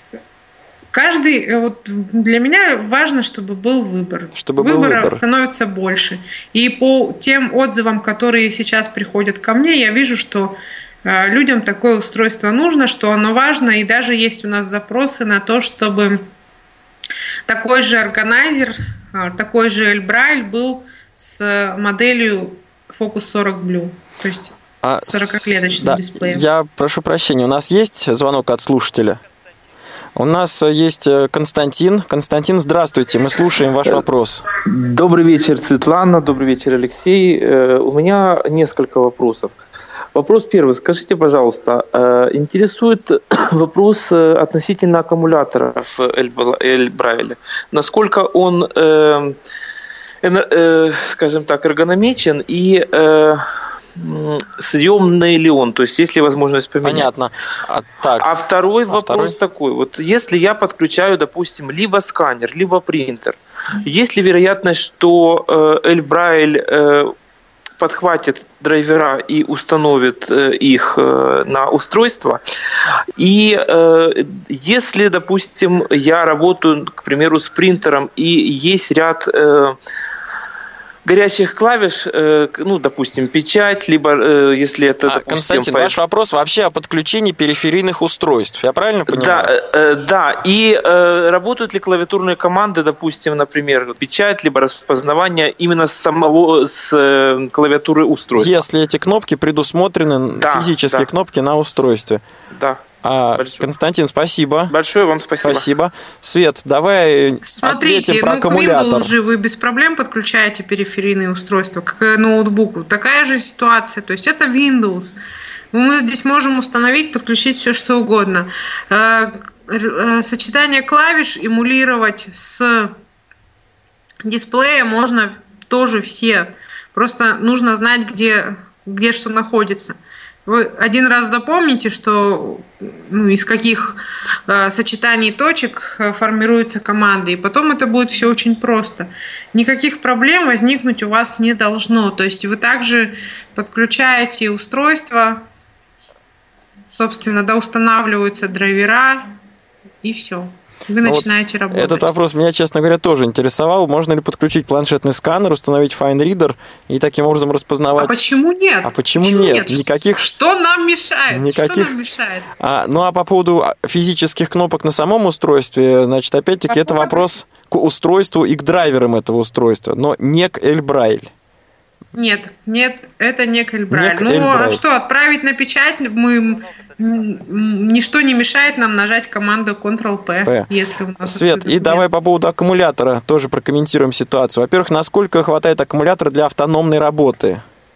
Speaker 5: для меня важно, чтобы был выбор. Выбора становится больше. И по тем отзывам, которые сейчас приходят ко мне, я вижу, что людям такое устройство нужно, что оно важно. И даже есть у нас запросы на то, чтобы такой же органайзер, такой же Эльбрайль был с моделью Focus 40 Blue. То есть 40-клеточным дисплеем.
Speaker 3: Я прошу прощения, у нас есть звонок от слушателя? У нас есть Константин. Константин, здравствуйте, мы слушаем ваш вопрос.
Speaker 6: Добрый вечер, Светлана, добрый вечер, Алексей. У меня несколько вопросов. Вопрос первый. Скажите, пожалуйста, интересует вопрос относительно аккумуляторов Эльбрайля. Насколько он, скажем так, эргономичен и съемный ли он, то есть есть ли возможность поменять.
Speaker 3: Понятно.
Speaker 6: А второй вопрос такой, вот если я подключаю, допустим, либо сканер, либо принтер, есть ли вероятность, что Эльбрайль подхватит драйвера и установит их на устройство? И если, допустим, я работаю, к примеру, с принтером, и есть ряд горячих клавиш, допустим, печать, либо если это, допустим...
Speaker 3: Константин, ваш вопрос вообще о подключении периферийных устройств, я правильно понимаю?
Speaker 6: Да, и работают ли клавиатурные команды, допустим, например, печать, либо распознавание именно с клавиатуры устройства?
Speaker 3: Если эти кнопки предусмотрены, физические кнопки на устройстве.
Speaker 6: Да.
Speaker 3: Константин, спасибо.
Speaker 6: Большое вам спасибо.
Speaker 3: Спасибо. Свет, давай ответим про аккумулятор.
Speaker 5: К Windows же вы без проблем подключаете периферийные устройства, как и ноутбуку. Такая же ситуация. То есть это Windows. Мы здесь можем установить, подключить все что угодно. Сочетание клавиш эмулировать с дисплея можно тоже все. Просто нужно знать, где что находится. Вы один раз запомните, что из каких сочетаний точек формируются команды, и потом это будет все очень просто. Никаких проблем возникнуть у вас не должно. То есть вы также подключаете устройство, собственно, устанавливаются драйвера, и все. Вы начинаете работать.
Speaker 3: Этот вопрос меня, честно говоря, тоже интересовал. Можно ли подключить планшетный сканер, установить FineReader и таким образом распознавать...
Speaker 5: А почему нет?
Speaker 3: Почему нет?
Speaker 5: Никаких... Что нам мешает?
Speaker 3: Никаких...
Speaker 5: Что нам мешает?
Speaker 3: А по поводу физических кнопок на самом устройстве, значит, опять-таки, это вопрос к устройству и к драйверам этого устройства, но не к Эльбрайль.
Speaker 5: Нет, это не к Эльбрайль. А что, отправить на печать ничто не мешает нам нажать команду Ctrl-P, если у нас...
Speaker 3: Свет, и давай по поводу аккумулятора тоже прокомментируем ситуацию. Во-первых, насколько хватает аккумулятора для автономной работы?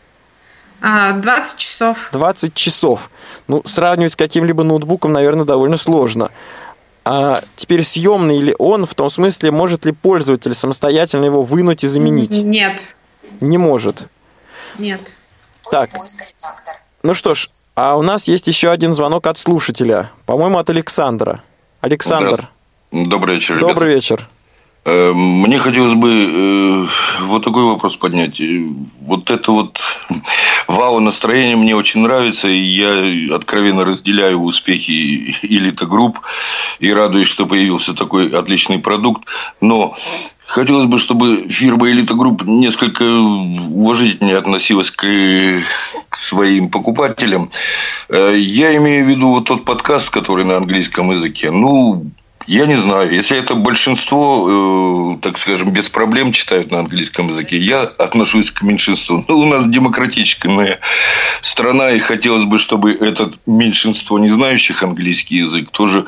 Speaker 5: 20 часов.
Speaker 3: 20 часов. Сравнивать с каким-либо ноутбуком, наверное, довольно сложно. А теперь съемный ли он, в том смысле, может ли пользователь самостоятельно его вынуть и заменить?
Speaker 5: Нет.
Speaker 3: Не может?
Speaker 5: Нет.
Speaker 3: Так, что ж, а у нас есть еще один звонок от слушателя. По-моему, от Александра. Александр.
Speaker 7: Добрый вечер, ребята.
Speaker 3: Добрый вечер.
Speaker 7: Мне хотелось бы вот такой вопрос поднять. Вот это вау-настроение мне очень нравится, и я откровенно разделяю успехи Elite Group и радуюсь, что появился такой отличный продукт. Но хотелось бы, чтобы фирма Elite Group несколько уважительнее относилась к своим покупателям. Я имею в виду тот подкаст, который на английском языке. Я не знаю, если это большинство, так скажем, без проблем читают на английском языке, я отношусь к меньшинству. У нас демократическая страна, и хотелось бы, чтобы это меньшинство не знающих английский язык тоже,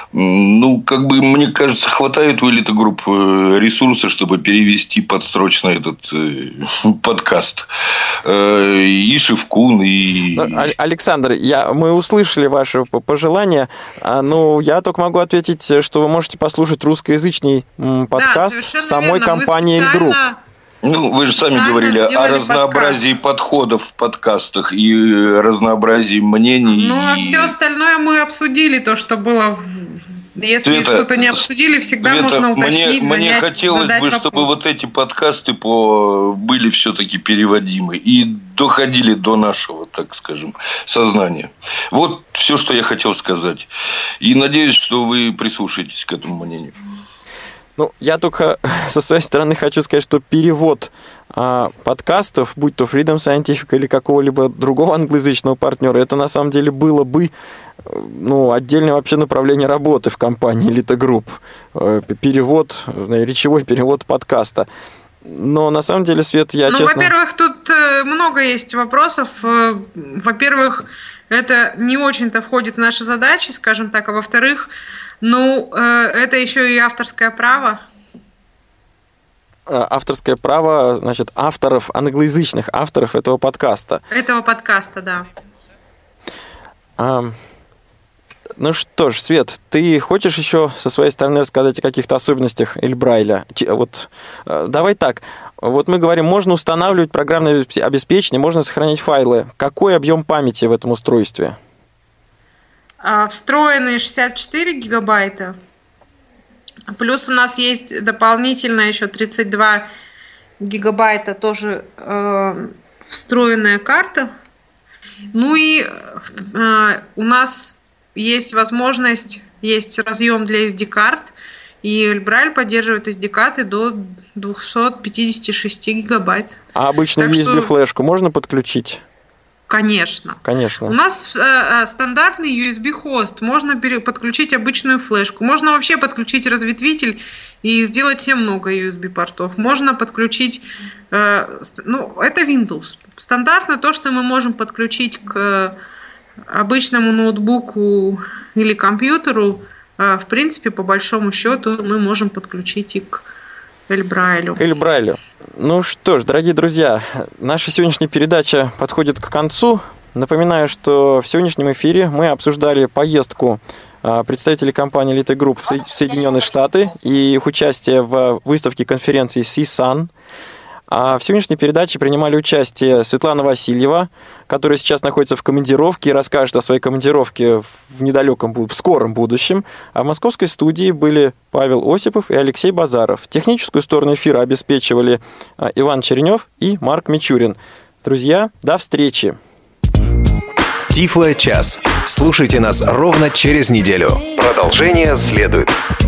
Speaker 7: мне кажется, хватает у Elite Group ресурса, чтобы перевести подстрочно этот подкаст. И Шевкун, и...
Speaker 3: Александр, мы услышали ваши пожелания, я только могу ответить, что вы можете послушать русскоязычный подкаст самой компании Эльгрупп.
Speaker 7: Вы же сами говорили о разнообразии подходов в подкастах и разнообразии мнений.
Speaker 5: А все остальное мы обсудили, то, что было. Если что-то не обсудили, всегда можно уточнить,
Speaker 7: мне хотелось бы, чтобы эти подкасты были все-таки переводимы и доходили до нашего, так скажем, сознания. Вот все, что я хотел сказать. И надеюсь, что вы прислушаетесь к этому мнению.
Speaker 3: Я только со своей стороны хочу сказать, что перевод подкастов, будь то Freedom Scientific или какого-либо другого англоязычного партнера, это на самом деле было бы отдельное вообще направление работы в компании Elite Group. Перевод, речевой перевод подкаста. Но на самом деле, Свет, честно...
Speaker 5: Во-первых, тут много есть вопросов. Во-первых, это не очень-то входит в наши задачи, скажем так. А во-вторых, это еще и авторское право.
Speaker 3: Авторское право, значит, англоязычных авторов этого подкаста.
Speaker 5: Этого подкаста, да.
Speaker 3: Что ж, Свет, ты хочешь еще со своей стороны рассказать о каких-то особенностях Эльбрайля? Давай так, Вот мы говорим, можно устанавливать программное обеспечение, можно сохранять файлы. Какой объем памяти в этом устройстве?
Speaker 5: Встроенные 64 гигабайта. Плюс у нас есть дополнительно еще 32 гигабайта тоже встроенная карта. Ну и у нас есть возможность, есть разъем для SD-карт. И Эльбрайль поддерживает SD-карты до 256 гигабайт.
Speaker 3: А обычную USB-флешку можно подключить?
Speaker 5: Конечно. У нас стандартный USB-хост. Можно подключить обычную флешку. Можно вообще подключить разветвитель и сделать себе много USB-портов. Можно подключить... это Windows. Стандартно то, что мы можем подключить к обычному ноутбуку или компьютеру, в принципе, по большому счету, мы можем подключить и к Эльбрайлю.
Speaker 3: К Эльбрайлю. Ну что ж, дорогие друзья, наша сегодняшняя передача подходит к концу. Напоминаю, что в сегодняшнем эфире мы обсуждали поездку представителей компании Elite Group в Соединенные Штаты и их участие в выставке конференции CSUN. А в сегодняшней передаче принимали участие Светлана Васильева, которая сейчас находится в командировке и расскажет о своей командировке в скором будущем. А в московской студии были Павел Осипов и Алексей Базаров. Техническую сторону эфира обеспечивали Иван Черенев и Марк Мичурин. Друзья, до встречи!
Speaker 2: Тифло час. Слушайте нас ровно через неделю. Продолжение следует.